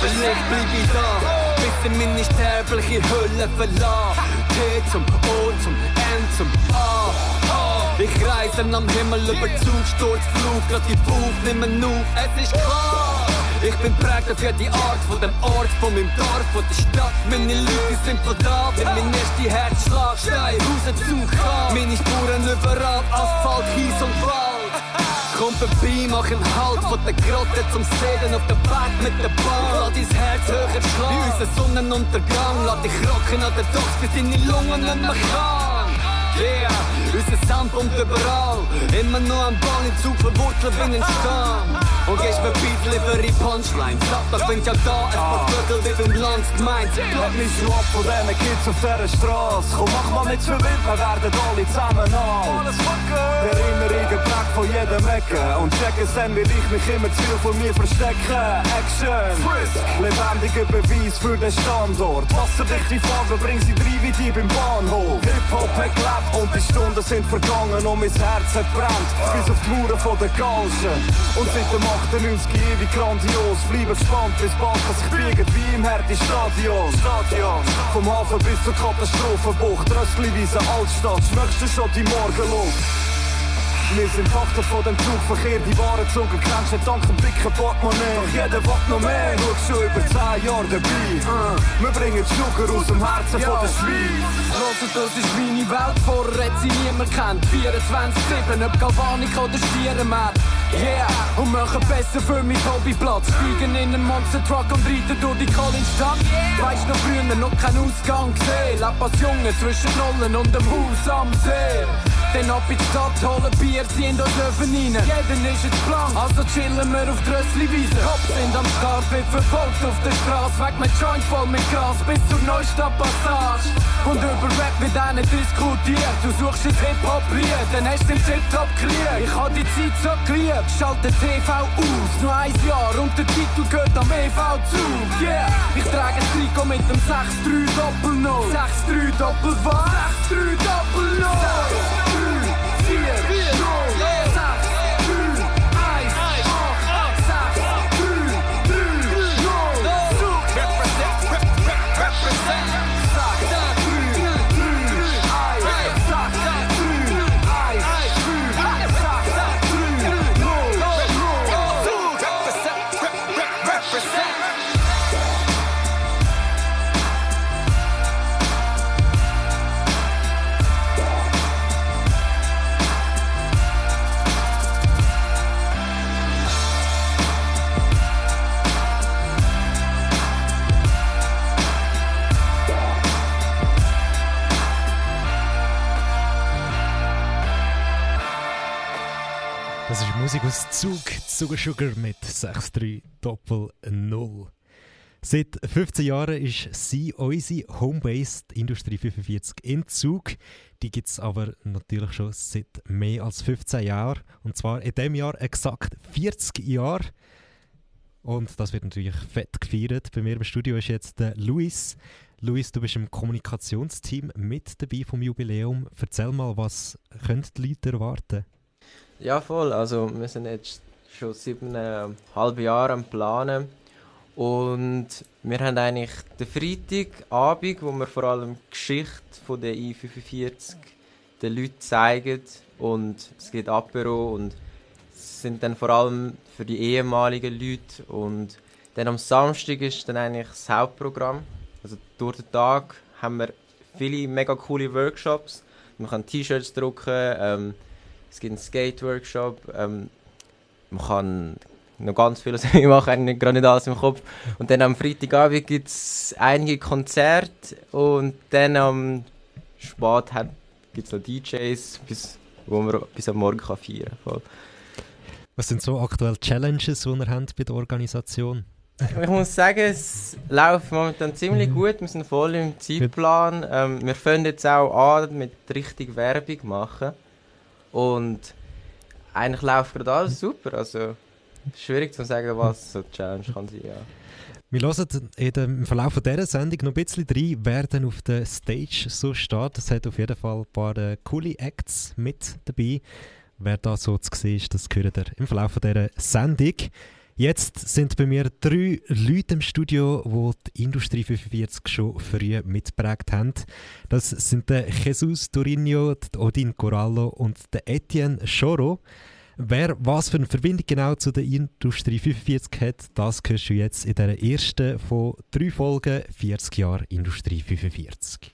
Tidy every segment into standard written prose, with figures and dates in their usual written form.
vielleicht bleib ich da, bis ich meine sterbliche Hülle verlasse. T zum O zum N zum A. Ich reise am Himmel über Zugsturzflug, grad die Buch nimmen auf, es ist klar. Ich bin prägt auf jede Art von dem Ort, von meinem Dorf, von der Stadt. Meine Leute sind von da, wenn mein erster Herzschlag steil Rauszug kann. Meine Spuren überall, Asphalt, Kies und Wald. Komm vorbei, mach einen Halt von der Grotte zum Seelen auf den Berg mit der Bahn. Lass dein Herz höher schlagen, wie unser Sonnenuntergang. Lass dich rocken an den Docks, bis deine Lungen nicht mehr kann. Yeah, unser Sound kommt überall. Immer noch am Bahn im Zug verwurzelt bin in Stamm. Und gehst mir Beat, liefere Punchlines. Sag, da bin ja da, es paar Viertel wie beim Landsgemeinde. Glaub mich schon ab von diesen Kids auf dieser Straße. Komm, mach mal nicht zu wild, wir werden alle zusammen alt. Erinnerungen geprägt von jedem Ecke. Und checken dann, will ich mich immer zu viel von mir verstecken. Action, lebendiger Beweis für den Standort. Wasserdichte Farbe, bring sie rein wie die beim Bahnhof. Hip-Hop hat gelebt und die Stunden sind vergangen und mein Herz hat brennt bis auf die Mauern von der Galgen. Und seit dem 98 ewig grandios. Bleibe gespannt, bis bald kann sich biegen wie im Hertie-Stadion. Vom Hafen bis zur Katastrophenbucht, Rössliwiese, Altstadt, schmeckst du schon die Morgenluft? Wir sind Faktor von dem Zugverkehr, die wahren Zungen kennst du dank dem dicken Portemonnaie. Doch jeder will noch mehr, schau schon über 10 Jahre dabei. Wir bringen die Schlucker aus dem Herzen von der Schweiz. Hört, das ist meine Welt, vorher hat sie niemand kennt. 24/7, ob Galvanik oder Stierenmeer. Yeah, und machen besser für mein Hobbyplatz. Fliegen in einen Monster-Truck und reiten durch die Collinstadt. Weisst noch früher noch keinen Ausgang gesehen. Leb als Junge zwischen Rollen und dem Haus am See. Dann ab in die Stadt, holen Bier, ziehen durch Löwen rein. Jeden ist jetzt blank, also chillen wir auf die Rössliwiese. Cops sind am Start, wird verfolgt auf der Straße. Weg mit Joint voll mit Gras bis zur Neustadt-Passage. Und über Rap mit denen diskutiert. Du suchst ein Hip-Hop-Lied, dann hast du den Tip-Top Krieg. Ich hab die Zeit so geliebt, schalte TV aus. Nur 1 Jahr und der Titel geht am EV zu. Yeah, ich trage ein Trikot mit dem 6-3 Doppel-0. 6-3 Doppel-was? 6-3 Doppel-0. 4, 0, 6, 3, 1, 8, 6, 3, 0. Represent. Das ist Musik aus Zug, Sugar mit 6-3 Doppel-0. Seit 15 Jahren ist sie unsere Homebase, die Industrie 45 in Zug. Die gibt es aber natürlich schon seit mehr als 15 Jahren. Und zwar in diesem Jahr exakt 40 Jahre. Und das wird natürlich fett gefeiert. Bei mir im Studio ist jetzt der Luis. Luis, du bist im Kommunikationsteam mit dabei vom Jubiläum. Erzähl mal, was können die Leute erwarten? Ja, voll. Also wir sind jetzt schon 7,5 Jahre am Planen. Und wir haben eigentlich den Freitagabend, wo wir vor allem die Geschichte von der I45 den Leuten zeigen. Und es geht Apero und es sind dann vor allem für die ehemaligen Leute. Und dann am Samstag ist dann eigentlich das Hauptprogramm. Also durch den Tag haben wir viele mega coole Workshops. Man kann T-Shirts drucken, es gibt einen Skate-Workshop, man kann noch ganz vieles machen, ich gerade nicht alles im Kopf. Und dann am Freitagabend gibt es einige Konzerte und dann am spät gibt es noch DJs, wo man bis am Morgen feiern kann. Was sind so aktuelle Challenges, die ihr habt bei der Organisation? Ich muss sagen, es läuft momentan ziemlich gut. Wir sind voll im Zeitplan. Wir fangen jetzt auch an mit richtig Werbung machen. Und eigentlich läuft gerade alles super. Also schwierig zu sagen, was so eine Challenge kann sein. Ja. Wir hören im Verlauf dieser Sendung noch ein bisschen rein, wer dann auf der Stage so steht. Es hat auf jeden Fall ein paar coole Acts mit dabei. Wer da so zu sehen ist, das hört ihr im Verlauf dieser Sendung. Jetzt sind bei mir 3 Leute im Studio, die die Industrie 45 schon früh mitgeprägt haben. Das sind der Jesus Tourinho, der Odin Corallo und der Etienne Choro. Wer was für eine Verbindung genau zu der Industrie 45 hat, das hörst du jetzt in der ersten von 3 Folgen 40 Jahre Industrie 45.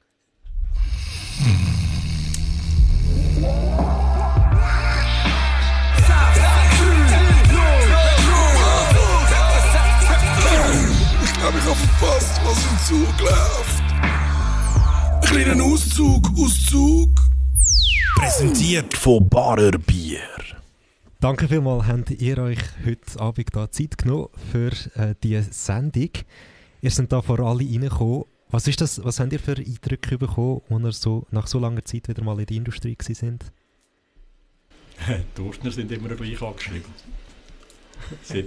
Ich glaube, ich habe verpasst, was im Zug läuft. Ein kleiner Auszug. Präsentiert von Barer Bier. Danke vielmals, habt ihr euch heute Abend da Zeit genommen für diese Sendung. Ihr seid da vor alle reingekommen. Was habt ihr für Eindrücke bekommen, als ihr so, nach so langer Zeit wieder mal in der Industrie sind? Die Ostner sind immer gleich angeschrieben. Seit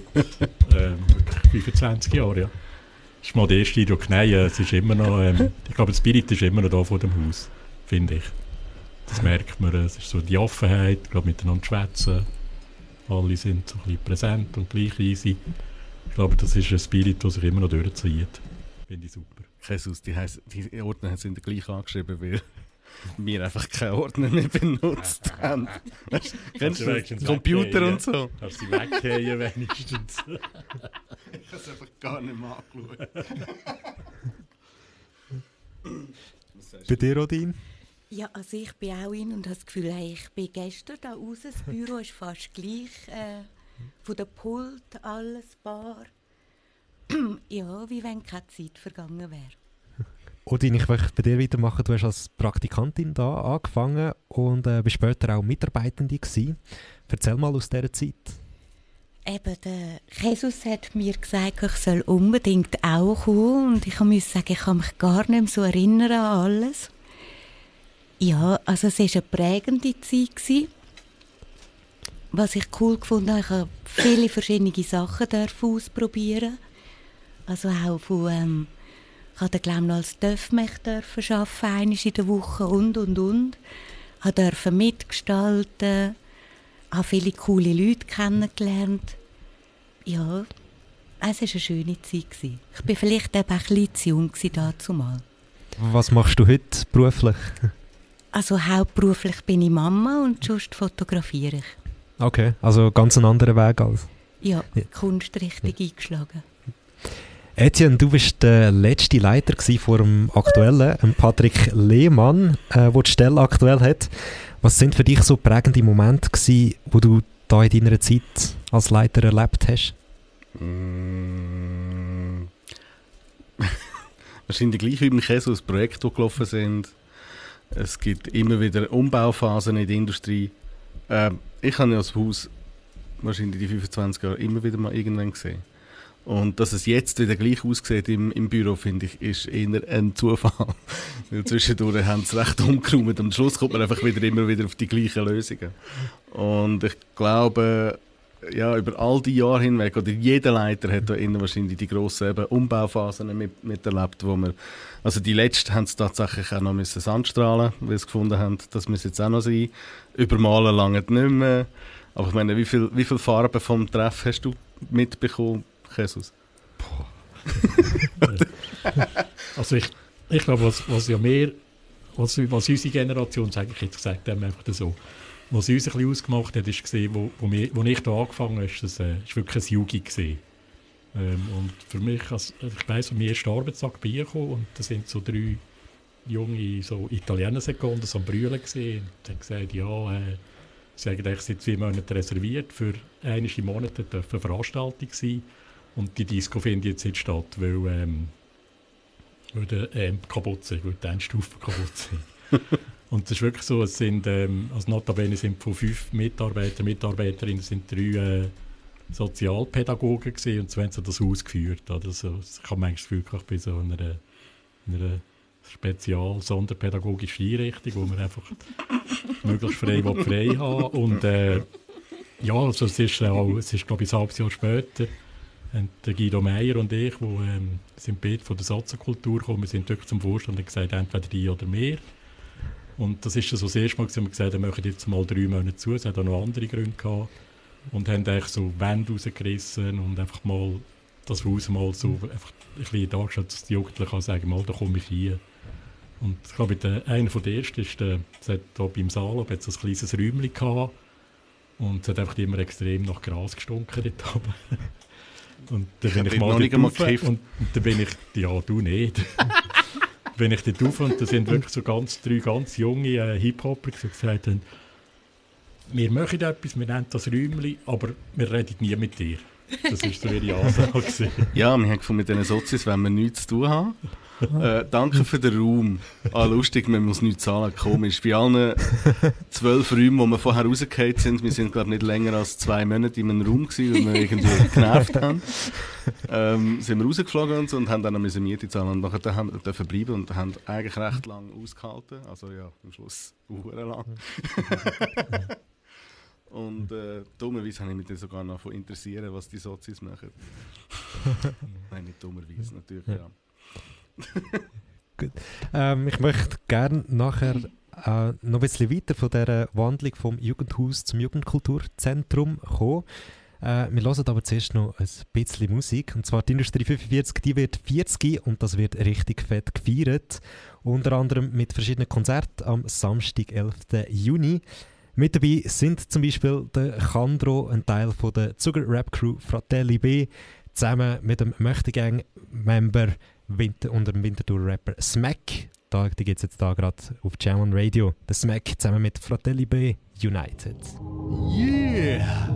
25 Jahren, ja. Das ist mal der erste Eindruck. Nein, es ist immer noch, ich glaube, der Spirit ist immer noch da vor dem Haus, finde ich. Das merkt man, es ist so die Offenheit, glaube miteinander schwätzen. Alle sind so ein bisschen präsent und gleich easy. Ich glaube, das ist ein Spirit, der sich immer noch durchzieht. Finde ich super. Jesus, die Ordner sind gleich angeschrieben, weil wir einfach keine Ordner mehr benutzt haben. Weißt, kennst du das? Computer und so? Hast du sie weggehen wenigstens? Ich habe es einfach gar nicht mehr angeschaut. Bei dir, Odin? Ja, also ich bin auch in und habe das Gefühl, hey, ich bin gestern da raus, das Büro ist fast gleich, von der Pult, alles bar. Ja, wie wenn keine Zeit vergangen wäre. Odin, ich möchte bei dir weitermachen. Du hast als Praktikantin da angefangen und bist später auch Mitarbeitende gewesen. Erzähl mal aus dieser Zeit. Eben, der Jesus hat mir gesagt, ich soll unbedingt auch kommen. Und ich musste sagen, ich kann mich gar nicht mehr so erinnern an alles. Ja, also es war eine prägende Zeit gewesen. Was ich cool gefunden habe, ich habe viele verschiedene Sachen ausprobieren. Also auch von, ich durfte glaube ich noch als Töffmech arbeiten, einmal in der Woche und. Ich durfte mitgestalten, habe viele coole Leute kennengelernt. Ja, es war eine schöne Zeit. Ich war vielleicht eben ein bisschen zu jung dazumal. Was machst du heute beruflich? Also hauptberuflich bin ich Mama und sonst fotografiere ich. Okay, also ganz einen anderen Weg als... Ja, Kunst richtig eingeschlagen. Etienne, du warst der letzte Leiter vor dem aktuellen, Patrick Lehmann, der die Stelle aktuell hat. Was sind für dich so prägende Momente gewesen, wo du da in deiner Zeit als Leiter erlebt hast? Wahrscheinlich gleich wie beim Jesus, Projekte, die gelaufen sind. Es gibt immer wieder Umbauphasen in der Industrie. Ich habe ja das Haus wahrscheinlich die 25 Jahre immer wieder mal irgendwann gesehen. Und dass es jetzt wieder gleich aussieht im Büro, finde ich, ist eher ein Zufall. Weil zwischendurch haben sie recht umgeräumt. Am Schluss kommt man einfach immer wieder auf die gleichen Lösungen. Und ich glaube, ja, über all die Jahre hinweg, oder jeder Leiter hat da innen wahrscheinlich die grossen Umbauphasen miterlebt, wo wir, also die letzten haben es tatsächlich auch noch sandstrahlen, weil sie gefunden haben, das muss jetzt auch noch sein. Übermalen lange nicht mehr. Aber ich meine, wie viel Farben vom Treff hast du mitbekommen, Jesus? Also ich glaube, was ja mehr, was unsere Generation, sage ich jetzt gesagt, einfach so, was uns ein bisschen ausgemacht hat, ist gesehen, wo ich da angefangen habe, ist wirklich ein Jugi gesehen. Und für mich, ich weiss, an mir ist der Arbeitstag bei ihr gekommen und da sind so 3 junge so Italiener-Sekunden am Brüllen gesehen und haben gesagt, ja, sie haben eigentlich seit 2 Monaten reserviert, für einige Monate dürfen eine Veranstaltung sein und die Disco findet jetzt nicht statt, weil die kaputt sind, weil die Endstufen kaputt sind. Und es ist wirklich so, es sind, also notabene sind von 5 Mitarbeiterinnen sind 3 Sozialpädagogen gewesen, und so haben sie das ausgeführt. Also, ich habe manchmal das Gefühl, ich bin so in einer spezial-sonderpädagogischen Einrichtung, wo man einfach möglichst frei haben. Und ja, also es ist glaube ich ein halbes Jahr später, der Guido Meier und ich, wo sind beide von der Soziokultur gekommen, wir sind wirklich zum Vorstand und gesagt, entweder die oder mehr. Und das ist so das erste Mal, dass wir gesagt haben, wir machen jetzt mal 3 Monate zu. Es hat auch noch andere Gründe gehabt. und haben eigentlich so Wände rausgerissen und einfach mal das Haus mal so einfach ein bisschen dargestellt, dass die Jugendlichen kann sagen, mal, da komme ich hier. Und ich glaube, einer der ersten ist, es hat hier beim Saal so ein kleines Räumchen gehabt und es hat einfach immer extrem nach Gras gestunken dort oben. Und dann bin ich mal dort rauf und dann bin ich, ja, du nicht. Bin ich dort rauf und da sind wirklich so drei ganz junge Hip-Hopper, die gesagt haben, wir machen etwas, wir nennen das Räumchen, aber wir reden nie mit dir. Das war so ihre Ansage. Ja, wir haben gefunden, mit diesen Sozis wollen wir nichts zu tun haben. Danke für den Raum. Lustig, man muss nichts zahlen, komisch. Bei allen 12 Räumen, wo wir vorher rausgefallen sind, wir sind glaube ich nicht länger als 2 Monate in einem Raum gewesen, weil wir irgendwie genervt haben. Sind wir rausgeflogen und, so, und haben dann noch Miete zahlen und nachher haben wir bleiben und haben eigentlich recht lang ausgehalten. Also ja, am Schluss lang. Und dummerweise habe ich mich dann sogar noch interessieren, was die Sozis machen. Nein, nicht dummerweise, natürlich, ja. Gut. Ich möchte gerne nachher noch ein bisschen weiter von dieser Wandlung vom Jugendhaus zum Jugendkulturzentrum kommen. Wir hören aber zuerst noch ein bisschen Musik. Und zwar die Industrie 45, die wird 40 und das wird richtig fett gefeiert. Unter anderem mit verschiedenen Konzerten am Samstag, 11. Juni. Mit dabei sind zum Beispiel der Chandro, ein Teil von der Zuger-Rap-Crew Fratelli B, zusammen mit dem Möchtegang-Member und dem Winterthur-Rapper Smack. Die gibt es jetzt da gerade auf Jam on Radio. Der Smack zusammen mit Fratelli B United. Yeah!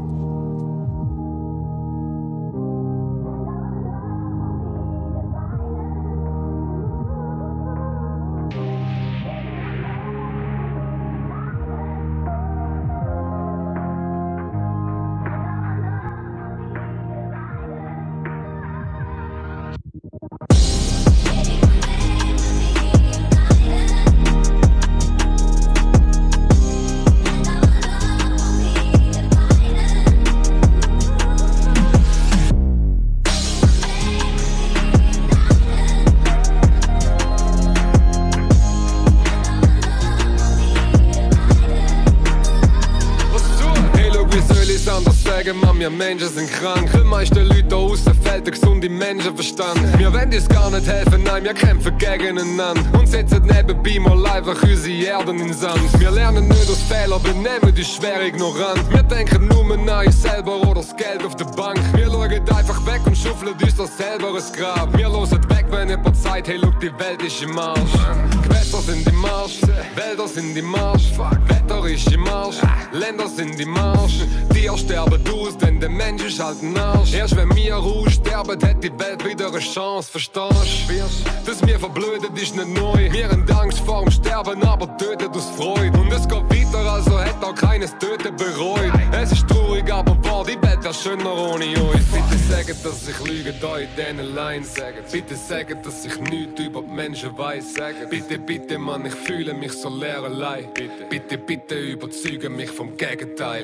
Wir Menschen sind krank, die meisten Leute da aussen fehlt der gesunde Menschenverstand. Wir wollen uns gar nicht helfen, nein, wir kämpfen gegeneinander und setzen nebenbei mal einfach unsere Erden in den Sand. Wir lernen nicht aus Fehlern, benehmen die schwer ignorant. Wir denken nur an uns selber oder das Geld auf der Bank. Wir schauen einfach weg und schaufeln uns das selber ins Grab. Wir hören weg, wenn jemand sagt, hey, look, die Welt ist im Arsch. Gewässer sind im Marsch, Wälder sind im Marsch, Wetter ist im Marsch, Länder sind im Marsch. Tiere sterben aus, denn der Mensch ist halt ein Arsch. Erst wenn wir aussterben, hat die Welt wieder eine Chance, verstehst du? Dass wir verblödet ist nicht neu. Wir haben Angst vor dem Sterben, aber tötet aus Freude. Und es geht weiter, also hat auch keines Töten bereut. Es ist traurig, aber wahr, die Welt wäre schöner ohne uns. Bitte sagt, dass ich lüge, da in diesen Lines sagen. Bitte sagt, dass ich nichts über die Menschen weiss. Bitte, bitte, Mann, ich fühle mich so leer allein. Bitte, bitte, überzeuge mich vom Gegenteil.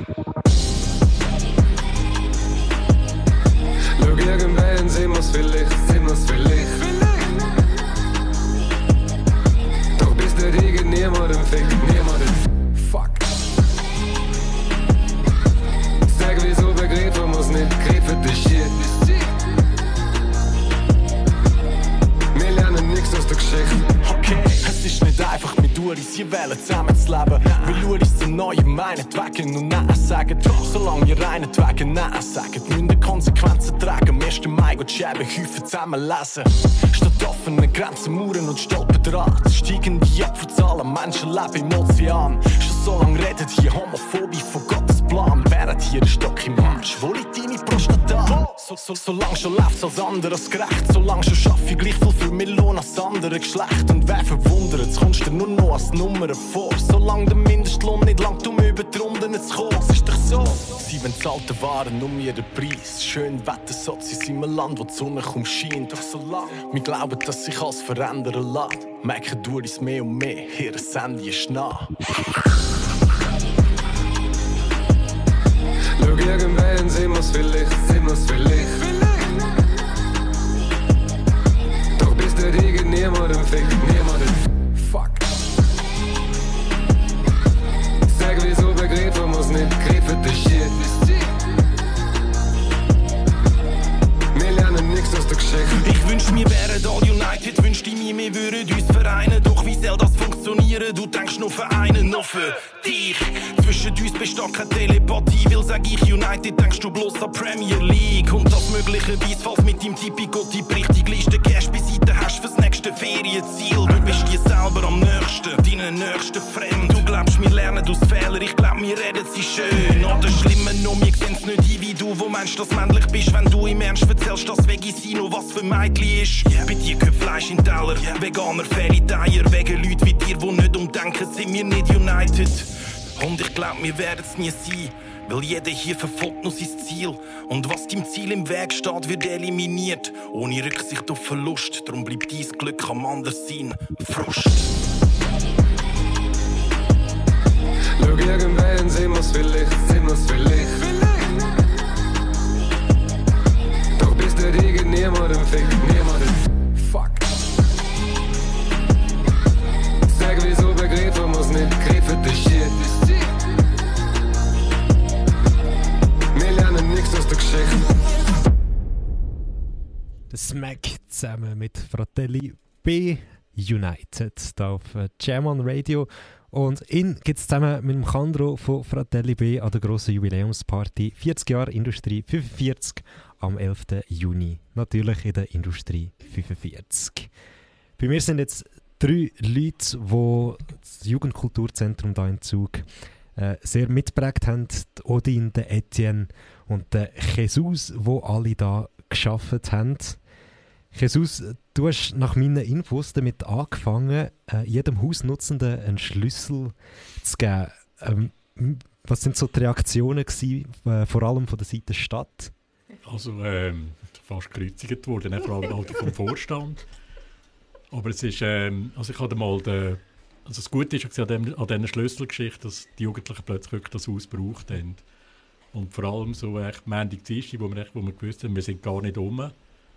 Schau, irgendwann sind wir's vielleicht. Doch bis der Regen niemandem fickt, niemandem. Fuck. Sag, wieso begreifen muss nicht, greifen the shit. Wir lernen nichts aus der Geschichte. Okay, es ist nicht einfach mit Uris hier wählen zusammen zu leben. Weil Uris zum Neuen meinetwegen und Nein sagen. Solange ihr einetwegen Nein sagt, müssen die Konsequenzen tragen. Am 1. Mai geht Scheibenhäufen zusammen lesen. Statt offenen Grenzen, Mauern und Stolperdraht steigen die Opferzahlen, Menschen leben im Ozean. Schon so lange redet hier Homophobie von Gottes Plan. Während hier ein Stock im Arsch, wo liegt deine Prostata? Solange schon läuft's als anderes gerecht. Solange schon schaffe ich gleich viel für mehr Lohn als andere Geschlecht. Und wer verwundert, jetzt kommst du nur noch als Nummer vor. Solange der Mindestlohn nicht langt, um über die Runden zu kommen. Es ist doch so, sie wollen zahlte Waren um ihren Preis. Schön Wetter, Sozis in einem Land, wo die Sonne kaum scheint. Doch solange wir glauben, dass sich alles verändern lässt, merken Uris mehr und mehr, ihr Handy ist nah. Schau, irgendwann sind wir's vielleicht. Doch bis der Regen niemandem fickt, niemandem. Fuck. Sag, wieso begreifen muss nicht, greifen the shit. für dich. Zwischen uns besteht keine Telepathie, weil sag ich United, denkst du bloß an Premier League. Und das möglicherweise, falls mit deinem Tipico-Tipp richtig Liste Cash beiseite hast fürs nächste Ferienziel. Du bist dir selber am nächsten, deinen nächsten Fremd. Du glaubst, wir lernen aus Fehlern, ich glaub, wir reden sie schön. Oder schlimmer noch, wir sehen's nicht ein wie du, wo meinst, dass männlich bist, wenn du im Ernst erzählst, dass Vegisino was für Mädchen ist. Bei dir gehört Fleisch in den Teller, Veganer, Ferienteier, wegen Leute wie dir, die nicht umdenken, sind wir nicht united. Und ich glaub, wir werden's nie sein, weil jeder hier verfolgt nur sein Ziel. Und was dem Ziel im Weg steht, wird eliminiert, ohne Rücksicht auf Verlust. Darum bleibt dein Glück am Anderssein Frust. Schau, irgendwann sehen wir's vielleicht. Doch bis der Regen niemandem fickt, niemandem. Fuck. Sag, wieso begreifen muss nicht begreifen, das Shit. Wir lernen nichts aus der Geschichte. Der Smack zusammen mit Fratelli B United hier auf Jam on Radio. Und ihn gibt es zusammen mit dem Kandro von Fratelli B an der grossen Jubiläumsparty 40 Jahre Industrie 45 am 11. Juni. Natürlich in der Industrie 45. Bei mir sind jetzt 3 Leute, die das Jugendkulturzentrum hier in Zug sehr mitgeprägt haben. Die Odin, der Etienne und der Jesus, die alle hier gearbeitet haben. Jesus, du hast nach meinen Infos damit angefangen, jedem Hausnutzenden einen Schlüssel zu geben. Was sind so die Reaktionen gewesen, vor allem von der Seite der Stadt? Also fast gekreuzigt worden, vor allem halt vom Vorstand. Aber es ist, also ich hatte mal also das Gute ist an dieser Schlüsselgeschichte, dass die Jugendlichen plötzlich wirklich das Haus gebraucht haben. Und vor allem so echt Montag, Dienstag, wo wir gewusst haben, wir sind gar nicht rum.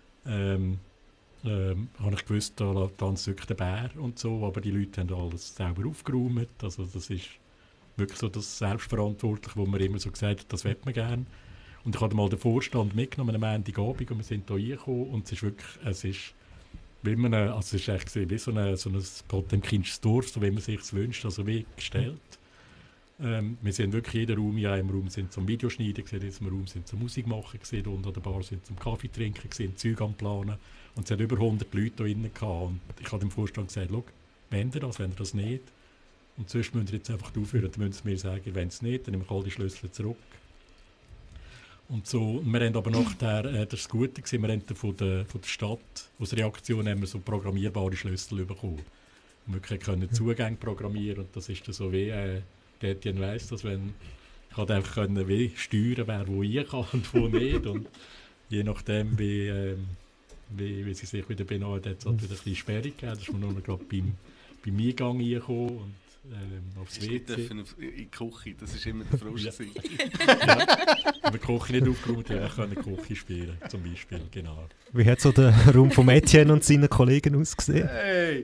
Habe ich gewusst, da tanzt wirklich der Bär und so, aber die Leute haben alles selber aufgeräumt. Also das ist wirklich so das Selbstverantwortliche, wo man immer so gesagt hat, das will man gerne. Und ich hatte mal den Vorstand mitgenommen am Montagabend und wir sind hier reingekommen und es ist wirklich, es ist echt wie so ein Potemkinsches Dorf, so wie man sich es wünscht, also wie gestellt. Wir sind wirklich in jedem Raum, in einem Raum sind zum Videoschneiden gesehen, in diesem Raum sind zum Musik machen gesehen, und an der Bar sind zum Kaffee trinken gesehen, Zeug am Planen. Und es hat über 100 Leute da drinnen gehabt. Und ich habe dem Vorstand gesagt, schau, wenn ihr das nicht, und sonst müsst ihr jetzt einfach aufhören, dann müsst ihr mir sagen, wenn es nicht, dann nehme ich all die Schlüssel zurück. Und so, und wir haben aber nachher, das ist das Gute gewesen, wir haben von der Stadt, aus Reaktion haben wir so programmierbare Schlüssel bekommen. Und wir können Zugänge programmieren, und das ist dann so wie, der Etienne weiss, dass wenn ich halt einfach können, wie steuern, wer wo ich kann und wo nicht. Und je nachdem, wie sie sich wieder beneiden, hat es halt wieder ein bisschen Sperre gegeben. Da ist man nur noch gerade beim Eingang reingekommen und aufs WC. In die Küche, das war immer der Frust. Ja. Wenn wir die Küche nicht aufgeräumt haben, können wir die Küche spielen, zum Beispiel, genau. Wie hat so der Raum von Etienne und seinen Kollegen ausgesehen? Hey!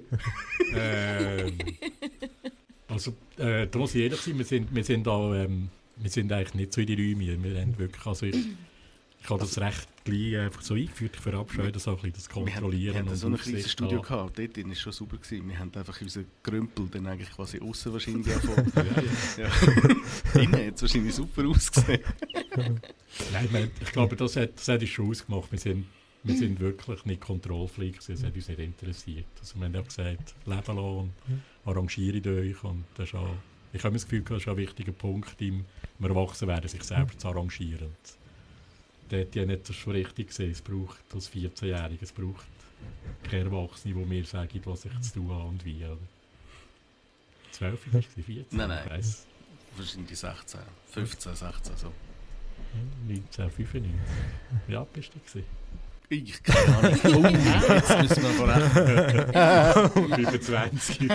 Also, da muss ich ehrlich sein, wir sind eigentlich nicht so in die Räume. Wir haben wirklich, also ich habe das recht gleich einfach so eingeführt. Ich verabscheue das auch ein bisschen, das Kontrollieren. Wir hatten so ein kleines Studio gehabt, dort war es schon super gewesen. Wir haben einfach unseren Grümpel dann eigentlich quasi aussen wahrscheinlich davon. Ja. Innen hat es wahrscheinlich super ausgesehen. Nein, ich glaube, das hat uns schon ausgemacht. Wir sind wirklich nicht Kontrollfreak, das hat uns nicht interessiert. Also wir haben auch gesagt, leben lassen, arrangiert euch. Und das ist auch, ich habe das Gefühl, das ist auch ein wichtiger Punkt, im Erwachsenwerden, sich selber zu arrangieren. Dort ja nicht das schon richtig gesehen. Es braucht als 14-Jähriger, es braucht keine Erwachsene, die mir sagen, was ich zu tun habe und wie. Oder? 12, 14? Nein. Wahrscheinlich 16, 15, 16 so. 1995. Wie alt bist du gewesen? Ich keine Ahnung. Oh, jetzt müssen wir vorrechnen. 25.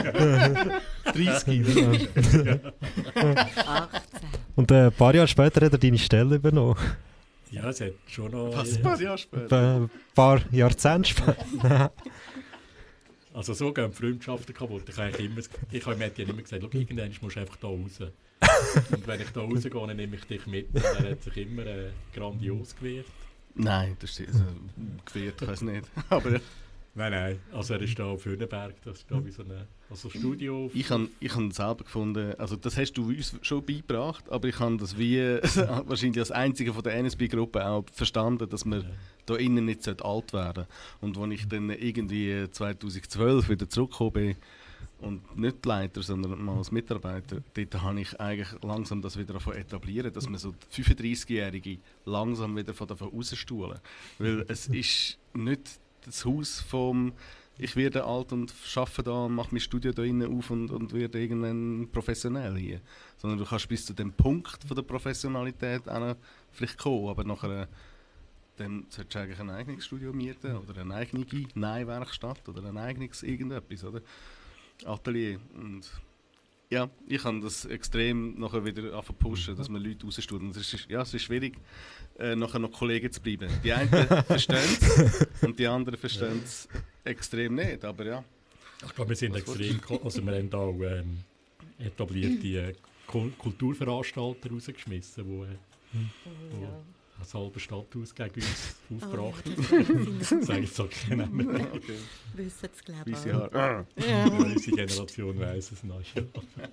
30. Ja. 18. Und ein paar Jahre später hat er deine Stelle übernommen. Ja, es hat schon noch... Was, ein paar Jahre später? Ein paar Jahrzehnte später. Also so gehen Freundschaften kaputt. Ich habe Mädchen immer gesagt, irgendwann musst du einfach da raus. Und wenn ich da rausgehe, dann nehme ich dich mit. Und er hat sich immer grandios gewehrt. Nein, das ist gewehrt, ich weiß nicht. Aber Nein. Also er ist da auf Hünenberg, das ist da wie so ein Studio. Ich habe selber gefunden, also das hast du uns schon beigebracht, aber ich habe das wie wahrscheinlich als einziger von der NSB-Gruppe auch verstanden, dass man da innen nicht alt werden sollte. Und als ich dann irgendwie 2012 wieder zurückgekommen bin, und nicht Leiter, sondern mal als Mitarbeiter, dort habe ich eigentlich langsam das wieder davon etablieren, dass man so 35-Jährige langsam wieder davon rausstuhlen. Weil es ist nicht das Haus vom ich werde alt und arbeite da und mache mein Studio da innen auf und werde irgendwann professionell hier. Sondern du kannst bis zu dem Punkt von der Professionalität auch vielleicht kommen, aber nachher dann solltest du eigentlich ein eigenes Studio mieten oder eine eigene Nähwerkstatt oder ein eigenes irgendetwas, oder? Atelier. Und ja, ich kann das extrem nachher wieder pushen, dass man Leute rausstudieren. Es ist schwierig, nachher noch Kollegen zu bleiben. Die einen verstehen es und die anderen verstehen es extrem nicht, aber ja. Ich glaube, wir sind extrem, also wir haben auch etablierte Kulturveranstalter rausgeschmissen, die das halbe Stadthaus gegen uns aufgebracht haben. Das sage ich so keinen Namen. Okay. Wissen es, glaube ich. Ja. Unsere Generation weiss es noch. Ja.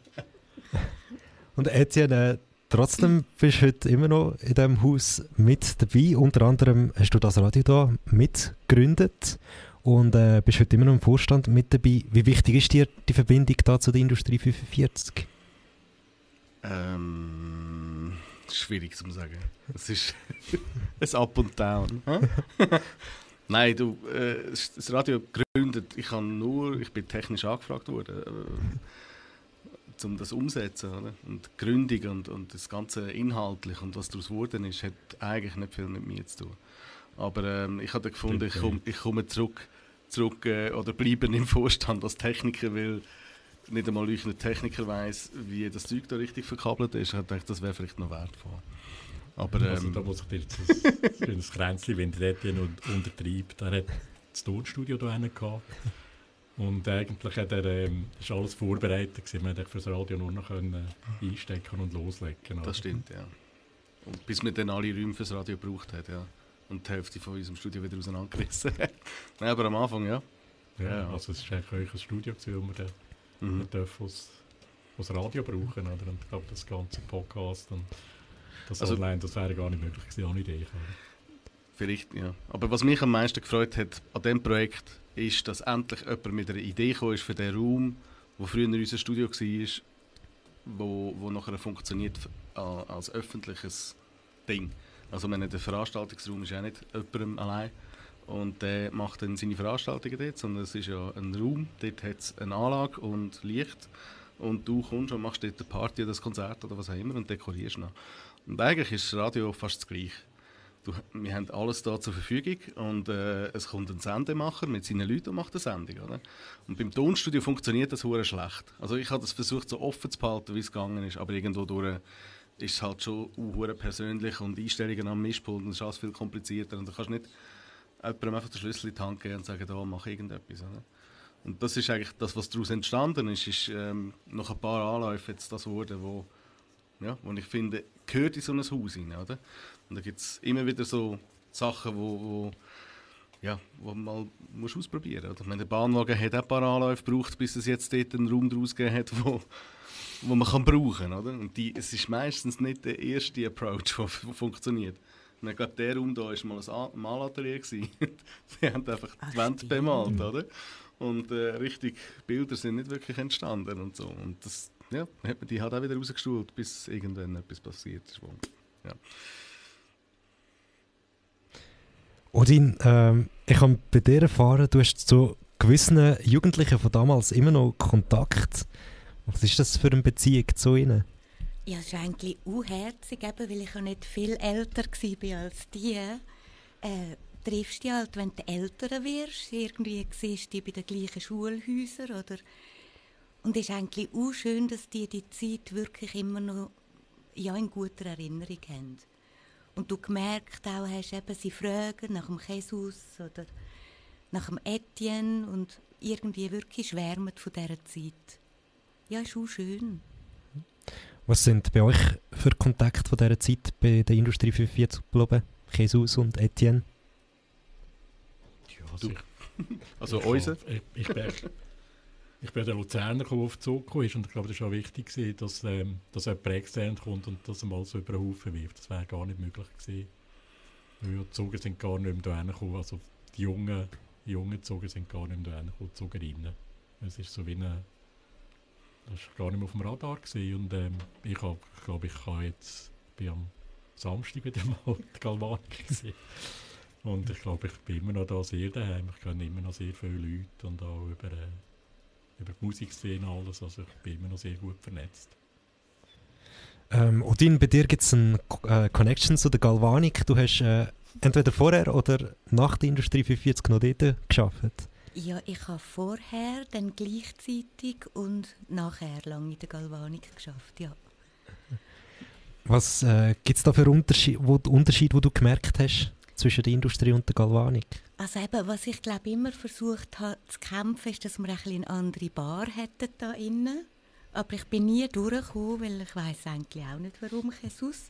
Und Etienne, trotzdem bist du heute immer noch in diesem Haus mit dabei. Unter anderem hast du das Radio da mitgegründet und bist heute immer noch im Vorstand mit dabei. Wie wichtig ist dir die Verbindung da zu der Industrie 45? Schwierig zu sagen. Es ist ein Up und Down. Nein, das Radio gegründet, ich bin technisch angefragt worden, um das umzusetzen. Oder? Und die Gründung und das Ganze inhaltlich und was daraus geworden ist, hat eigentlich nicht viel mit mir zu tun. Aber ich habe gefunden, ich komme zurück oder bleibe im Vorstand als Techniker, weil nicht einmal ich nicht Techniker weiss, wie das Zeug da richtig verkabelt ist. Ich dachte, das wäre vielleicht noch wertvoll. Aber, also da muss ich dir ein Kränzchen, wenn der Etienne untertreibt. Er hat das Tonstudio da gehabt. Und eigentlich hat ist alles vorbereitet gewesen. Man konnte für das Radio nur noch einstecken und loslegen. Das stimmt, ja. Und bis man dann alle Räume fürs Radio gebraucht hat, ja. Und die Hälfte von unserem Studio wieder auseinandergerissen. Nein, aber am Anfang, ja. Ja. Also es war eigentlich ein Studio, wo man das Radio brauchen. Oder? Und ich glaube, das ganze Podcast und das Online, das wäre gar nicht möglich gewesen, ohne Idee. Vielleicht, ja. Aber was mich am meisten gefreut hat an diesem Projekt, ist, dass endlich jemand mit einer Idee gekommen ist für den Raum, wo früher unser Studio war, wo nachher funktioniert als öffentliches Ding. Also der Veranstaltungsraum ist ja nicht jemandem allein und der macht dann seine Veranstaltungen dort, sondern es ist ja ein Raum, dort hat es eine Anlage und Licht und du kommst und machst dort eine Party oder ein Konzert oder was auch immer und dekorierst noch. Und eigentlich ist das Radio fast das Gleiche. Wir haben alles da zur Verfügung und es kommt ein Sendemacher mit seinen Leuten und macht eine Sendung. Oder? Und beim Tonstudio funktioniert das verdammt schlecht. Also ich habe das versucht, so offen zu behalten, wie es gegangen ist, aber irgendwo durch ist es halt schon verdammt persönlich und Einstellungen am Mischpult und es ist alles viel komplizierter. Und du kannst nicht jemandem einfach den Schlüssel in die Hand geben und sagen, da mach irgendetwas. Oder? Und das ist eigentlich das, was daraus entstanden ist nach ein paar Anläufen jetzt das geworden, wo ich finde, gehört in so ein Haus rein, oder? Und da gibt es immer wieder so Sachen, wo man mal musst ausprobieren muss. Der Bahnwagen hat auch ein paar Anläufe gebraucht, bis es jetzt dort einen Raum daraus gegeben hat, wo man kann brauchen kann. Und es ist meistens nicht der erste Approach, der funktioniert. Und ich glaube, der Raum da war mal ein Malatelier. Sie haben einfach die Wände bemalt, oder? Und richtig Bilder sind nicht wirklich entstanden und so. Und das hat man die halt auch wieder rausgestuhlt, bis irgendwann etwas passiert ist. Ja. Odin, ich habe bei dir erfahren, du hast zu gewissen Jugendlichen von damals immer noch Kontakt. Was ist das für eine Beziehung zu ihnen? Ja, es ist eigentlich unherzig, weil ich auch nicht viel älter war als die. Triffst du halt, wenn du älter wirst, irgendwie siehst du die bei den gleichen Schulhäusern, oder? Und es ist eigentlich auch schön, dass die Zeit wirklich immer noch in guter Erinnerung haben. Und du gemerkt auch hast, eben, sie fragen nach dem Jesus oder nach dem Etienne und irgendwie wirklich schwärmen von dieser Zeit. Ja, ist auch schön. Was sind bei euch für Kontakte von dieser Zeit bei der Industrie 45 geblieben? Jesus und Etienne? Ja, Also unser? Ich bin der Luzerner, der auf den Zug kam, und ich glaube, das war auch wichtig, dass jemand extern kommt und das mal so über den Haufen wirft. Das wäre gar nicht möglich gewesen. Weil die Zoger sind gar nicht mehr hierher gekommen. Also die jungen Zoger sind gar nicht mehr hierher gekommen, die Zogerinnen. Es ist so wie eine... Das war gar nicht mehr auf dem Radar gewesen. Und ich glaube, bin am Samstag wieder mal die Galvanik gesehen. Und ich glaube, ich bin immer noch da sehr daheim. Ich kenne immer noch sehr viele Leute und auch über die Musikszene alles. Also ich bin immer noch sehr gut vernetzt. Odin, bei dir gibt es eine Connection zu der Galvanik. Du hast entweder vorher oder nach der Industrie 45 noch dort gearbeitet. Ja, ich habe vorher, dann gleichzeitig und nachher lange in der Galvanik gearbeitet, ja. Was gibt es da für Unterschiede, wo du gemerkt hast zwischen der Industrie und der Galvanik? Also eben, was ich glaube immer versucht habe zu kämpfen, ist, dass wir ein bisschen eine andere Bar hätten da innen. Aber ich bin nie durchgekommen, weil ich weiss eigentlich auch nicht, warum, Jesus.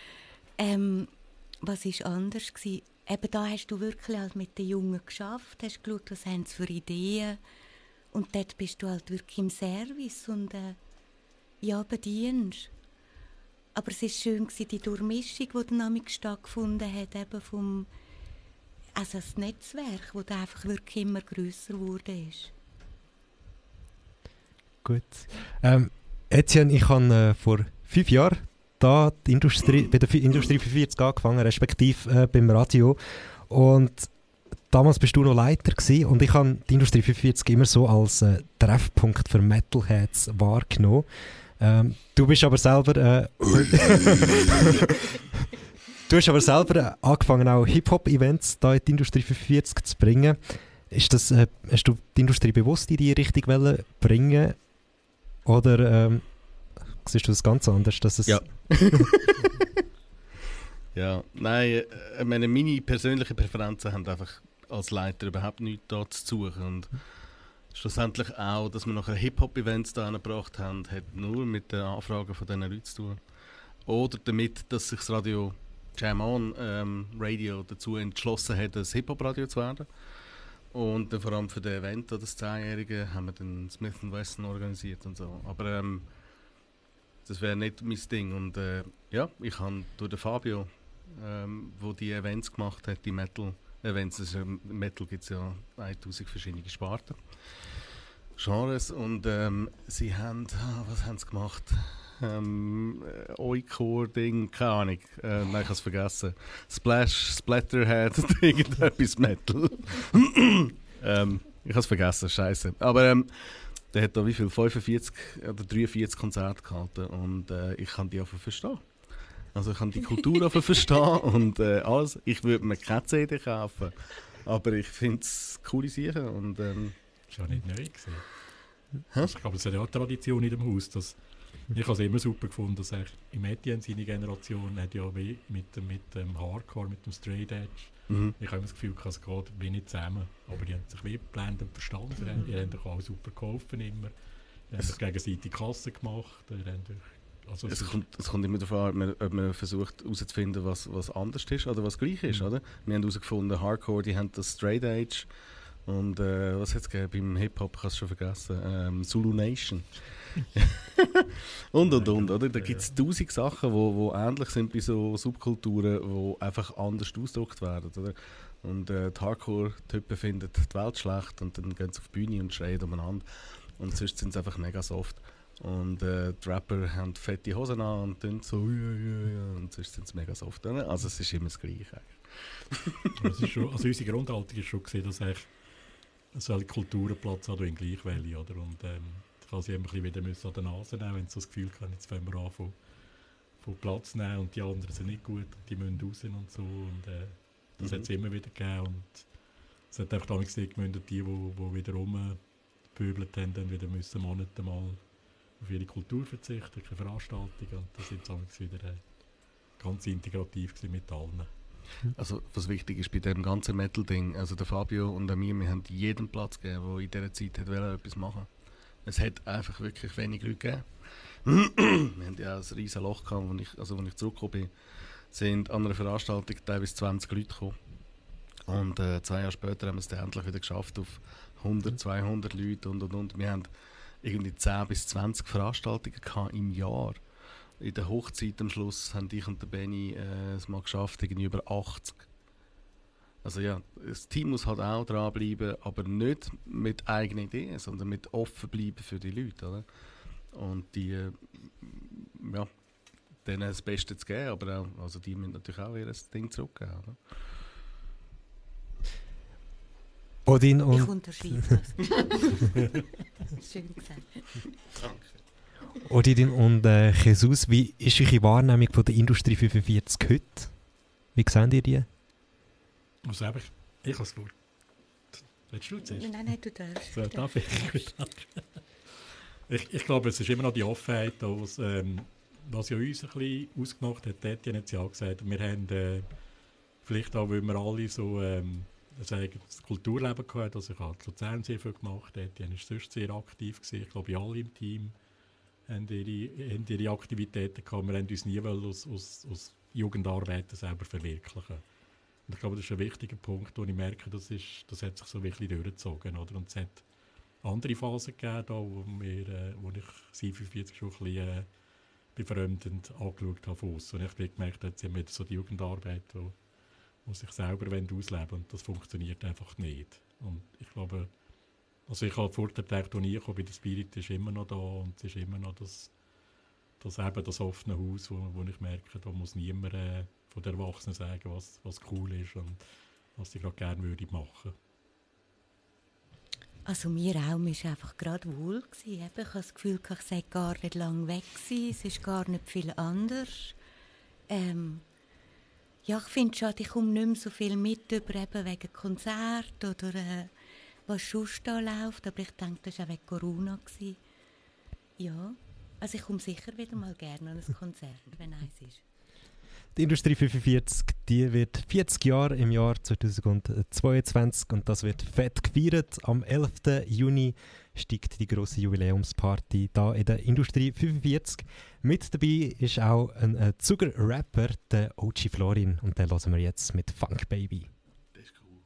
Was war anders gewesen? Eben da hast du wirklich halt mit den Jungen geschafft, hast geschaut, was haben sie für Ideen. Und dort bist du halt wirklich im Service und bedienst. Aber es war schön, die Durchmischung, die dann stattgefunden hat, eben also das Netzwerk, das da einfach wirklich immer grösser geworden ist. Gut. Etienne, ich habe vor 5 Jahren bei der Industrie 45 angefangen, respektive beim Radio. Und damals bist du noch Leiter gewesen, und ich habe die Industrie 45 immer so als Treffpunkt für Metalheads wahrgenommen. Du bist aber selber angefangen, auch Hip-Hop-Events da in die Industrie 45 zu bringen. Hast du die Industrie bewusst in die Richtung bringen? Oder siehst du das ganz anders? Dass es ja. Ja, nein, meine persönlichen Präferenzen haben einfach als Leiter überhaupt nichts da zu suchen. Und schlussendlich auch, dass wir nachher Hip-Hop-Events da gebracht haben, hat nur mit den Anfragen von diesen Leuten zu tun. Oder damit, dass sich das Radio Jam On Radio dazu entschlossen hat, ein Hip-Hop-Radio zu werden. Und dann vor allem für das Event, das 10-Jährige, haben wir dann Smith & Wesson organisiert und so. Aber das wäre nicht mein Ding. Und ich habe durch den Fabio, wo die Events gemacht hat, die Metal-Events, Metal gibt es ja 1000 verschiedene Sparten, Genres, und sie haben, was haben sie gemacht? Oikor-Ding, keine Ahnung, nein, ich habe es vergessen. Splatterhead, irgendetwas Metal. Ich habe es vergessen, scheiße. Aber der hat da wie viel? 45 oder 43 Konzerte gehalten, und ich kann die einfach verstehen. Also ich kann die Kultur einfach verstehen und alles. Ich würde mir keine CD kaufen, aber ich finde es coole Sachen. Und das war ja nicht neu gewesen. Ich glaube, es ist ja eine Tradition in dem Haus, dass ich habe es immer super gefunden, dass im Etienne seine Generation hat ja wie mit dem Hardcore, mit dem Straight Edge. Ich habe immer das Gefühl, es geht wie nicht zusammen. Aber die haben sich wie blendend verstanden. Die haben doch auch super geholfen immer. Die haben sich gegenseitig Kassen gemacht. Also es kommt immer darauf an, ob man versucht herauszufinden, was anders ist oder was gleich ist. Oder? Wir haben herausgefunden, Hardcore, die haben das Straight Edge. Und was hat es gegeben beim Hip-Hop? Ich habe es schon vergessen. Zulu Nation. und, oder? Da gibt es 1000 Sachen, die ähnlich sind bei so Subkulturen, die einfach anders ausgedrückt werden. Oder? Und die Hardcore-Typen finden die Welt schlecht und dann gehen sie auf die Bühne und schreien umeinander. Und sonst sind sie einfach mega soft. Und die Rapper haben fette Hosen an und dann so und sonst sind sie mega soft. Oder? Also es ist immer das Gleiche eigentlich. Also unsere Grundhaltung ist schon gesehen, dass solche Kulturen Platz haben in Gleichwelle, oder? Und kann sie ein bisschen wieder an der Nase nehmen, wenn sie das Gefühl haben, jetzt fangen wir an von Platz nehmen und die anderen sind nicht gut und die müssen raus und so. Und das hat es immer wieder gegeben. Und es hat einfach damals gemündet, die wieder rumpöbelt haben, dann wieder müssen Monate mal auf ihre Kultur verzichten, keine Veranstaltung. Und das sind damals wieder ganz integrativ mit allen. Also was wichtig ist bei dem ganzen Metal-Ding, also der Fabio und mir, wir haben jedem Platz gegeben, der in dieser Zeit etwas machen wollte. Es hat einfach wirklich wenig Leute gegeben. Wir hatten ja auch ein riesen Loch gehabt, als ich zurückgekommen bin, sind an einer Veranstaltung teilweise 20 Leute gekommen. Und 2 Jahre später haben wir es dann endlich wieder geschafft auf 100, 200 Leute und. Wir haben irgendwie 10 bis 20 Veranstaltungen gehabt im Jahr. In der Hochzeit am Schluss haben ich und der Benny es mal geschafft, irgendwie über 80. Also ja, das Team muss halt auch dranbleiben, aber nicht mit eigenen Ideen, sondern mit offen bleiben für die Leute. Oder? Und die, ja, denen das Beste zu geben, aber auch, also die müssen natürlich auch ihr Ding zurückgeben. Oder? Odin und... Ich unterschreibe das. Schön gesagt. Danke. Odin und Jesus, wie ist eure Wahrnehmung von der Industrie 45 heute? Wie seht ihr die? Also eben, ich habe es vor. Willst du zuerst? Nein, du darfst. So, darf ich? Gut, danke. Ich glaube, es ist immer noch die Offenheit, was ja uns ein bisschen ausgemacht hat. Etienne hat es ja auch gesagt. Wir haben vielleicht auch, weil wir alle so das Kulturleben gehabt. Also ich habe Luzern sehr viel gemacht. Etienne war sonst sehr aktiv gewesen. Ich glaube, alle im Team haben ihre Aktivitäten gehabt. Wir haben uns nie aus Jugendarbeiten selber verwirklichen. Und ich glaube, das ist ein wichtiger Punkt, wo ich merke, das hat sich so wirklich durchgezogen. Oder? Und es hat andere Phasen gegeben, da, wo ich sie 45 schon ein bisschen befremdend angeschaut habe. Und ich habe gemerkt, jetzt haben wir so die Jugendarbeit, die sich selber ausleben wollen. Und das funktioniert einfach nicht. Und ich glaube, also ich habe vor der Tag, als ich kam, bei der Spirit ist immer noch da und es ist immer noch das offene Haus, wo ich merke, da muss niemand von den Erwachsenen sagen, was cool ist und was sie gerade gerne würde machen. Also mir auch, mir war einfach gerade wohl. Ich habe das Gefühl, ich sei gar nicht lange weg gewesen. Es ist gar nicht viel anders. Ja, ich finde schon, ich komme nicht mehr so viel mit über eben wegen Konzert oder was sonst da läuft. Aber ich denke, das war auch wegen Corona gewesen. Ja, also ich komme sicher wieder mal gerne an ein Konzert, wenn eins ist. Die Industrie 45, die wird 40 Jahre im Jahr 2022 und das wird fett gefeiert. Am 11. Juni steigt die grosse Jubiläumsparty da in der Industrie 45. Mit dabei ist auch ein Zuger-Rapper, der OG Florin, und den hören wir jetzt mit Funk Baby. Das ist cool.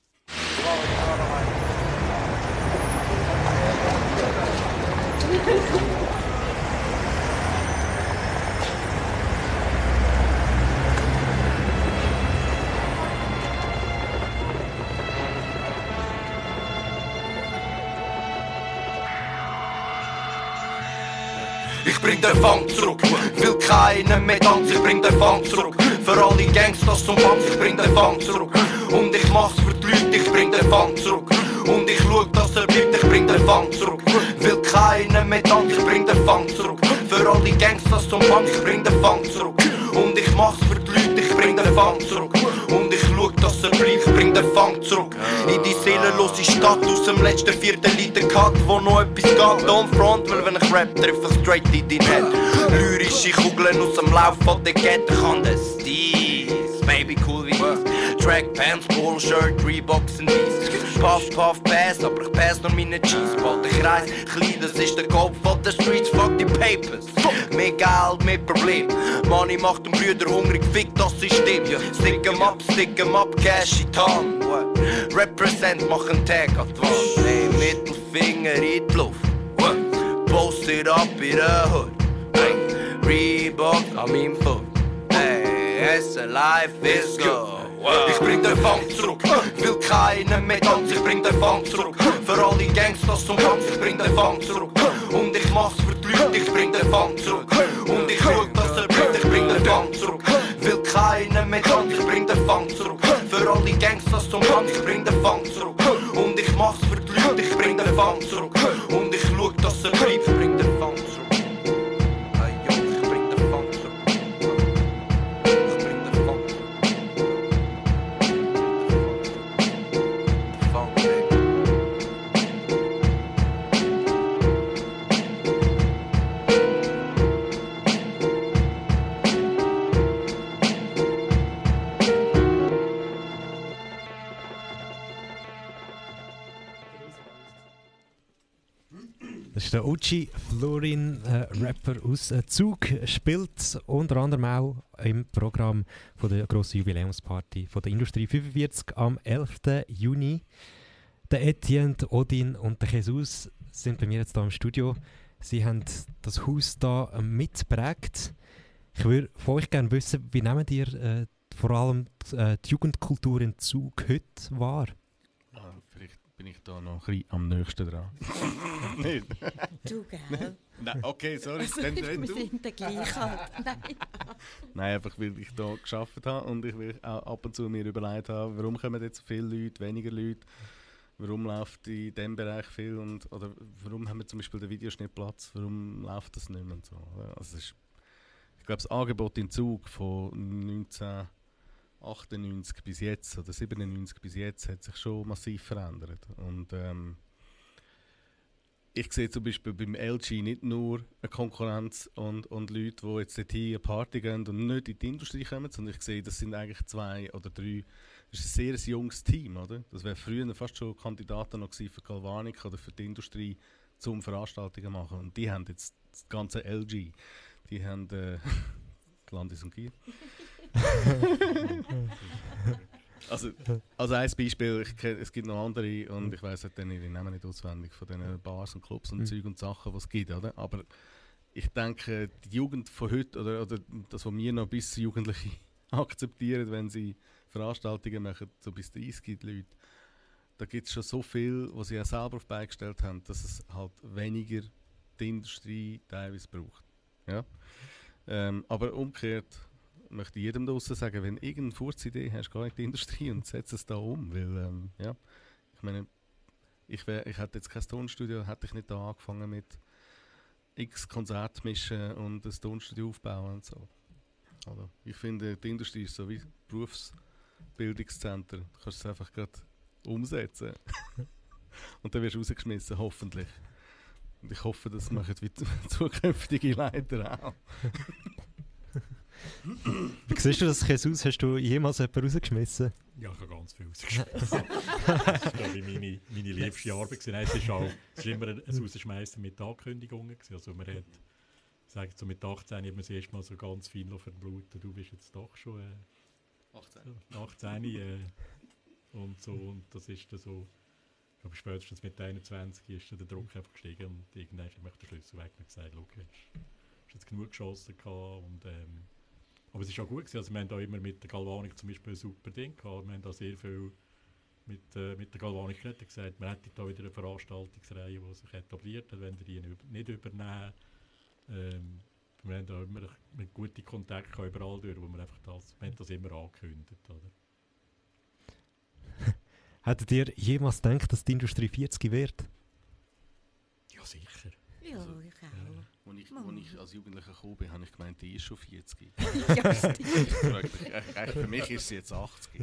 Ich bring den Funk zurück, will keiner mehr tanzen, ich bring den Funk zurück. Für alle Gangsters und Bands, ich bring den Funk zurück. Und ich mach's für die Leute, ich bring den Funk zurück. Und ich schau, dass bleibt, ich bring den Funk zurück. Will keiner mehr tanzen, ich bring den Funk zurück. Für alle Gangsters und Bands, ich bring den Funk zurück. Und ich mach's für die Leute, ich bring den Funk zurück. Und ich schau, dass bleibt, ich bring den Funk zurück. In die seelenlose Stadt aus dem letzten 4. Liter Cut, wo noch etwas geht, on front, weil wenn ich rap, treffe ich straight in dein Head. Lyrische Kugeln aus dem Lauf von der Kette, kann das dies, Baby cool wie dies. Trackpants, Poloshirt, Reeboks und dies. Puff, Puff, Pass, aber ich pass nur meine Cheese. Bald der Kreis, klein, das ist der Kopf von der Streets, fuck die Papers. Mehr Geld, mehr Problem. Money macht den Brüder hungrig, fick das System. Stick 'em up, Cash in die Hand. Represent, mach einen Tag an die Wand. Hey, Mittelfinger in die Luft. Post it up in der Hood. Hey, Reebok an meinem Foot. Hey, life is good. Ich bring den Funk zurück, will keiner mehr tanzen, ich bring den Funk zurück. Für alle Gangsters und Bands, ich bring den Funk zurück. Und ich mach's für die Leute, ich bring den Funk zurück. Und ich schau, dass bleibt, ich bring den Funk zurück. Will keiner mehr tanzen, ich bring den Funk zurück. Für alle Gangsters und Bands, ich bring den Funk zurück. Und ich mach's für die Leute, ich bring den Funk zurück. Und ich schau, dass bleibt, ich bring den Funk zurück. Das ist der Uchi Florin, Rapper aus Zug, spielt unter anderem auch im Programm von der grossen Jubiläumsparty von der Industrie 45 am 11. Juni. Der Etienne, der Odin und der Jesus sind bei mir jetzt hier im Studio. Sie haben das Haus hier mitgeprägt. Ich würde von euch gerne wissen, wie nehmt ihr vor allem die Jugendkultur in Zug heute wahr? Vielleicht bin ich da noch ein bisschen am nächsten dran. Nicht? Du, gell? Nein, okay, sorry. Also, Dann wir du. sind der gleich halt. Nein. Nein, einfach weil ich da gearbeitet habe und ich will auch ab und zu mir überlegt habe, warum kommen jetzt so viele Leute, weniger Leute, warum läuft in diesem Bereich viel oder warum haben wir zum Beispiel den Videoschnittplatz, warum läuft das nicht mehr und so. Also es ist, ich glaube, das Angebot in Zug von 1998 bis jetzt oder 97 bis jetzt hat sich schon massiv verändert. Und ich sehe zum Beispiel beim LG nicht nur eine Konkurrenz und Leute, die jetzt dort hier eine Party gehen und nicht in die Industrie kommen, sondern ich sehe, das sind eigentlich 2 oder 3. Das ist ein sehr junges Team, oder? Das wäre früher fast schon Kandidaten noch gewesen für Galvanik oder für die Industrie, zum Veranstaltungen zu machen. Und die haben jetzt das ganze LG. Die haben Landis und Gier. Also ein Beispiel, es gibt noch andere und ich weiss halt dann ihre Namen nicht auswendig von diesen Bars und Clubs und Zeug und Sachen, die es gibt, oder? Aber ich denke, die Jugend von heute oder das, was wir noch bis Jugendliche akzeptieren, wenn sie Veranstaltungen machen, so bis 30 Leute, da gibt es schon so viel, was sie auch selber auf beigestellt haben, dass es halt weniger die Industrie teilweise braucht. Ja? Aber umgekehrt möchte ich jedem da draussen sagen, wenn du irgendeine Furzidee hast, geh in die Industrie und setz es da um, weil, ja, ich meine, ich hätte jetzt kein Tonstudio, hätte ich nicht da angefangen mit x Konzerte mischen und ein Tonstudio aufbauen und so. Also, ich finde, die Industrie ist so wie Berufsbildungszentrum, du kannst es einfach gerade umsetzen und dann wirst du rausgeschmissen, hoffentlich. Und ich hoffe, das machen wie zukünftige Leiter auch. Wie siehst du das, Jesus? Hast du jemals jemanden rausgeschmissen? Ja, ich habe ganz viel rausgeschmissen. Das ist, glaube ich, meine liebste Arbeit. Nein, es ist immer ein Rausschmeißen mit Ankündigungen. Also man hat, sagt so mit 18 hat man das erste Mal so ganz fein verblutet. Du bist jetzt doch schon 18 und so. Und das ist dann so, ich glaube spätestens mit 21 ist der Druck einfach gestiegen und irgendwann habe ich den Schlüssel weg und gesagt, schau, hast jetzt genug geschossen gehabt und aber es ist auch gut gewesen. Also wir haben da immer mit der Galvanik zum Beispiel ein super Ding gehabt. Wir haben da sehr viel mit der Galvanik geredet, gesagt, wir hätten da wieder eine Veranstaltungsreihe, die sich etabliert hat, wenn wir die nicht übernehmen. Wir haben da immer mit guten Kontakten überall durch, wo wir einfach wir haben das immer angekündigt, oder? Hättet ihr jemals gedacht, dass die Industrie 40 wird? Ja, sicher. Ja, Also, ich auch. Als ich als Jugendlicher gekommen bin, habe ich gemeint, die ist schon 40. Ja, stimmt. Für mich ist sie jetzt 80.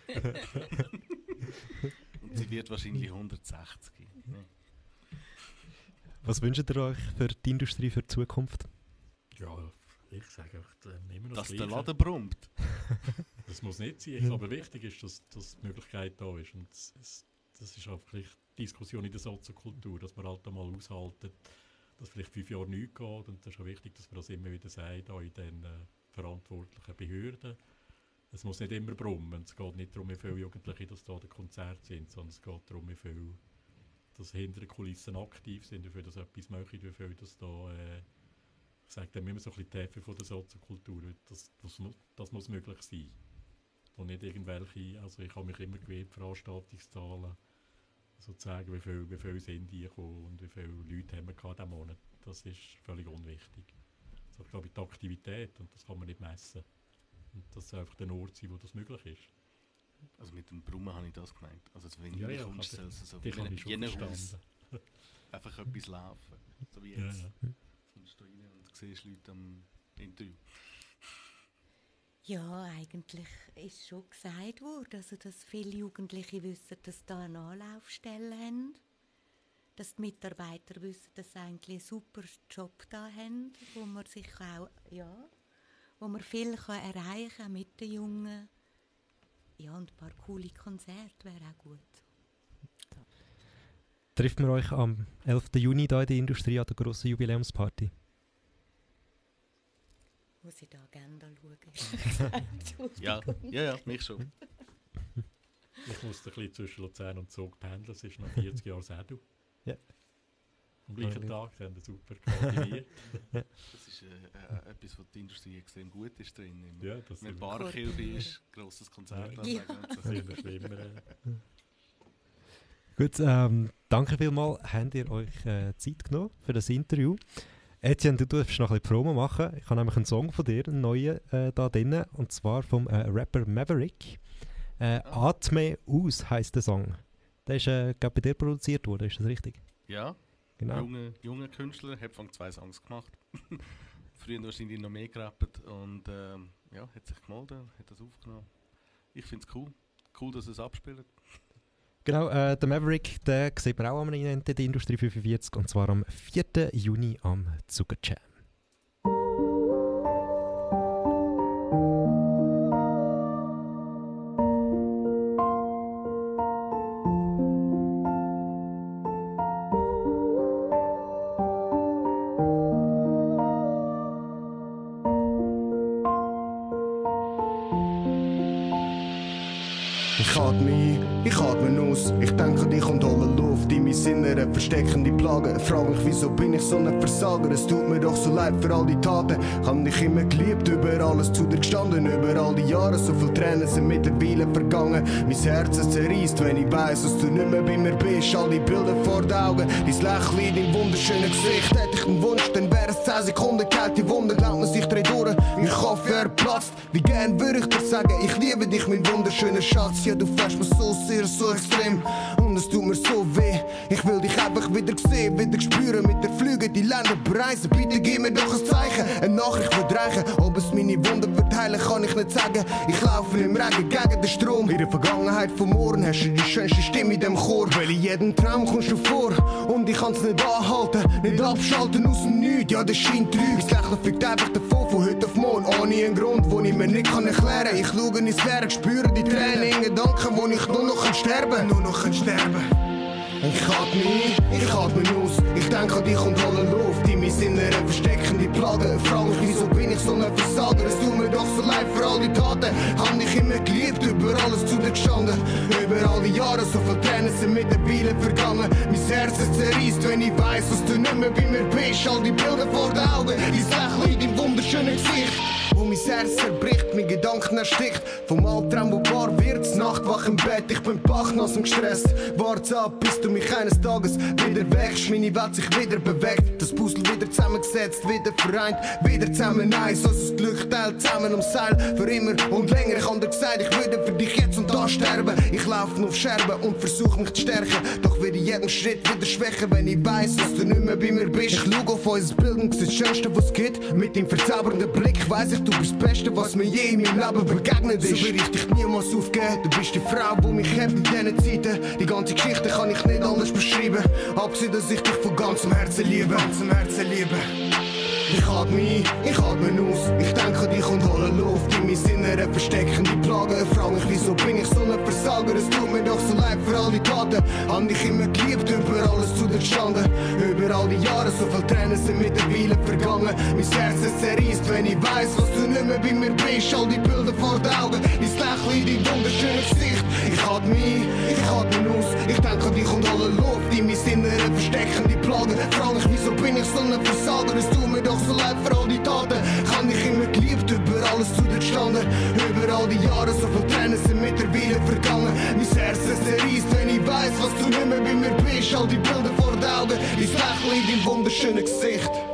Und sie wird wahrscheinlich 160. Nee. Was wünscht ihr euch für die Industrie für die Zukunft? Ja, ich sage einfach immer noch dass das der Gleiche. Laden brummt. Das muss nicht sein, aber wichtig ist, dass die Möglichkeit da ist. Und das ist auch vielleicht die Diskussion in der Soziokultur, dass man halt einmal aushalten, dass vielleicht 5 Jahre nichts geht. Und das ist auch wichtig, dass man das immer wieder sagt, auch in den verantwortlichen Behörden. Es muss nicht immer brummen. Es geht nicht darum, wie viele Jugendliche das da der Konzert sind, sondern es geht darum, wie viele dass hinter den Kulissen aktiv sind, wie viele das etwas machen, wie viele das da ich sage dann immer so ein bisschen die Tiefe von der Soziokultur. Das muss möglich sein. Und nicht irgendwelche, also ich habe mich immer gewählt, Veranstaltungszahlen, sozusagen, wie viel sind die gekommen und wie viele Leute haben wir diesen Monat. Das ist völlig unwichtig. Das ist, glaube ich, die Aktivität und das kann man nicht messen. Und das soll einfach der Ort sein, wo das möglich ist. Also mit dem Brummen habe ich das gemeint. Also wenn du ja, kommst, soll es so die kann ich schon Haus einfach etwas laufen. So wie jetzt. Ja. Kommst du rein und siehst Leute am Interview. Ja, eigentlich ist schon gesagt worden, also dass viele Jugendliche wissen, dass sie da eine Anlaufstelle haben. Dass die Mitarbeiter wissen, dass sie eigentlich einen super Job da haben, wo man sich auch, wo man viel erreichen kann mit den Jungen. Ja, und ein paar coole Konzerte wäre auch gut. trifft man euch am 11. Juni hier in der Industrie an der grossen Jubiläumsparty? Muss ich die Agenda schauen? ja, mich schon. Ich muss ein bisschen zwischen Luzern und Zug pendeln, es ist noch 40 Jahre Sedu. Ja. Am gleichen Tag haben wir super koordiniert. Das ist etwas, was die Industrie extrem gut ist drin. Ja, wenn Barenkilbe ist, grosses Konzert. Das ist immer schlimmer. Gut, danke vielmals. Habt ihr euch Zeit genommen für das Interview? Etienne, du darfst noch ein bisschen Promo machen. Ich habe nämlich einen Song von dir, einen neuen, da drin, und zwar vom Rapper Maverick. «Atme aus» heisst der Song. Der ist, glaube ich, bei dir produziert worden, ist das richtig? Ja, genau. Junger Künstler, hat von 2 Songs gemacht. Früher wahrscheinlich noch mehr gerappt und hat sich gemeldet, hat das aufgenommen. Ich finde es cool. Cool, dass es abspielt. Genau, der Maverick, den sieht man auch am Event in der Industrie 45, und zwar am 4. Juni am Zuckerjam. Ich atme aus, ich denke an dich und hole Luft in mein Innere, versteckende Plagen. Frag mich, wieso bin ich so ein Versager? Es tut mir doch so leid für all die Taten. Ich hab dich immer geliebt, über alles zu dir gestanden. Über all die Jahre, so viel Tränen sind mittlerweile vergangen. Mein Herz zerreißt, wenn ich weiss, dass du nicht mehr bei mir bist. All die Bilder vor den Augen, dein Lächeln in deinem wunderschönen Gesicht. Hätte ich einen Wunsch, dann wäre es 10 Sekunden kalt. Die Wunder glaubt man sich dreh durch, mein Kopf wäre platzt. Wie gern würde ich dir sagen, ich liebe dich, mein wunderschöner Schatz. Ja, du fährst mir so sehr, so extrem, und es tut mir so weh. Ich will dich einfach wieder sehen, wieder spüren, mit der Flüge die Länder bereisen. Bitte gib mir doch ein Zeichen, eine Nachricht wird reichen. Ob es meine Wunden wird heilen, kann ich nicht sagen. Ich laufe im Regen gegen den Strom. In der Vergangenheit von morgen hast du die schönste Stimme in dem Chor. Weil in jedem Traum kommst du vor, und ich kann's nicht anhalten, nicht abschalten aus dem Nichts. Ja, das scheint trüb. Mein Lächeln fliegt einfach davon, von heute auf morgen, ohne einen Grund, den ich mir nicht erklären kann. Ich schaue ins Leere, spüre die Tränen in Gedanken, wo ich nur noch sterben, Ich atme aus, ich denke an dich und hole Luft in mein Innere, versteckende Plagen. Frag mich, wieso bin ich so ein Versager? Es tut mir doch so leid für all die Taten. Hab dich immer geliebt, über alles zu dir gestanden. Über all die Jahre, so viel Tränen sind mittlerweile vergangen. Mein Herz zerreißt, wenn ich weiss, dass du nicht mehr bei mir bist. All die Bilder vor den Augen, dein Lächeln in deinem wunderschönen Gesicht. Wo mein Herz zerbricht, mein Gedanken erstickt. Vom Albtraum, wo wahr wird, Nacht wach im Bett, ich bin bachnass und gestresst. Warte ab, bis du mich eines Tages wieder wächst, meine Welt sich wieder bewegt. Das Puzzle wieder zusammengesetzt, wieder vereint, wieder zusammen eins. Also das Glück teilt zusammen ums Seil, für immer und länger. Ich hab dir gesagt, ich würde für dich jetzt und da sterben. Ich laufe nur auf Scherben und versuch mich zu stärken. Doch werde jeden Schritt wieder schwächer, wenn ich weiss, dass du nicht mehr bei mir bist. Ich schau auf unser Bild und sehe das Schönste, was es gibt. Mit dem verzaubernden Blick weiss ich, du bist das Beste, was mir je in meinem Leben begegnet ist. So will ich dich niemals aufgeben, du bist die Frau, die mich hebt in diesen Zeiten. Die ganze Geschichte kann ich nicht anders beschreiben, abgesehen, dass ich dich von ganzem Herzen liebe. Ich atme aus, ich denke an dich und hole Luft in mein Innere, versteckende Plagen. Frag mich, wieso bin ich so ein Versager? Es tut mir doch so leid für all die Taten. Hab dich immer geliebt, über alles zu dir gestanden. Über all die Jahre, so viel Tränen sind mittlerweile vergangen. Mein Herz zerreißt, wenn ich weiss, was du nicht mehr bei mir bist. All die Bilder vor den Augen, dein Lächeln in deinem wunderschönen Gesicht. Ich atme aus, ich denke an dich und hole Luft in mein Innere, versteckende Plagen. Frag mich, wieso bin ich so ein Versager? Es tut mir doch so leid für all die Taten. Ich hab dich immer geliebt, über alles zu dir gestanden. Über all die Jahre, so viel Tränen sind mittlerweile vergangen. Mein Herz zerreißt, wenn ich weiss, was du nicht mehr bei mir bist. All die Bilder vor den Augen, dein Lächeln in deinem wunderschönen Gesicht.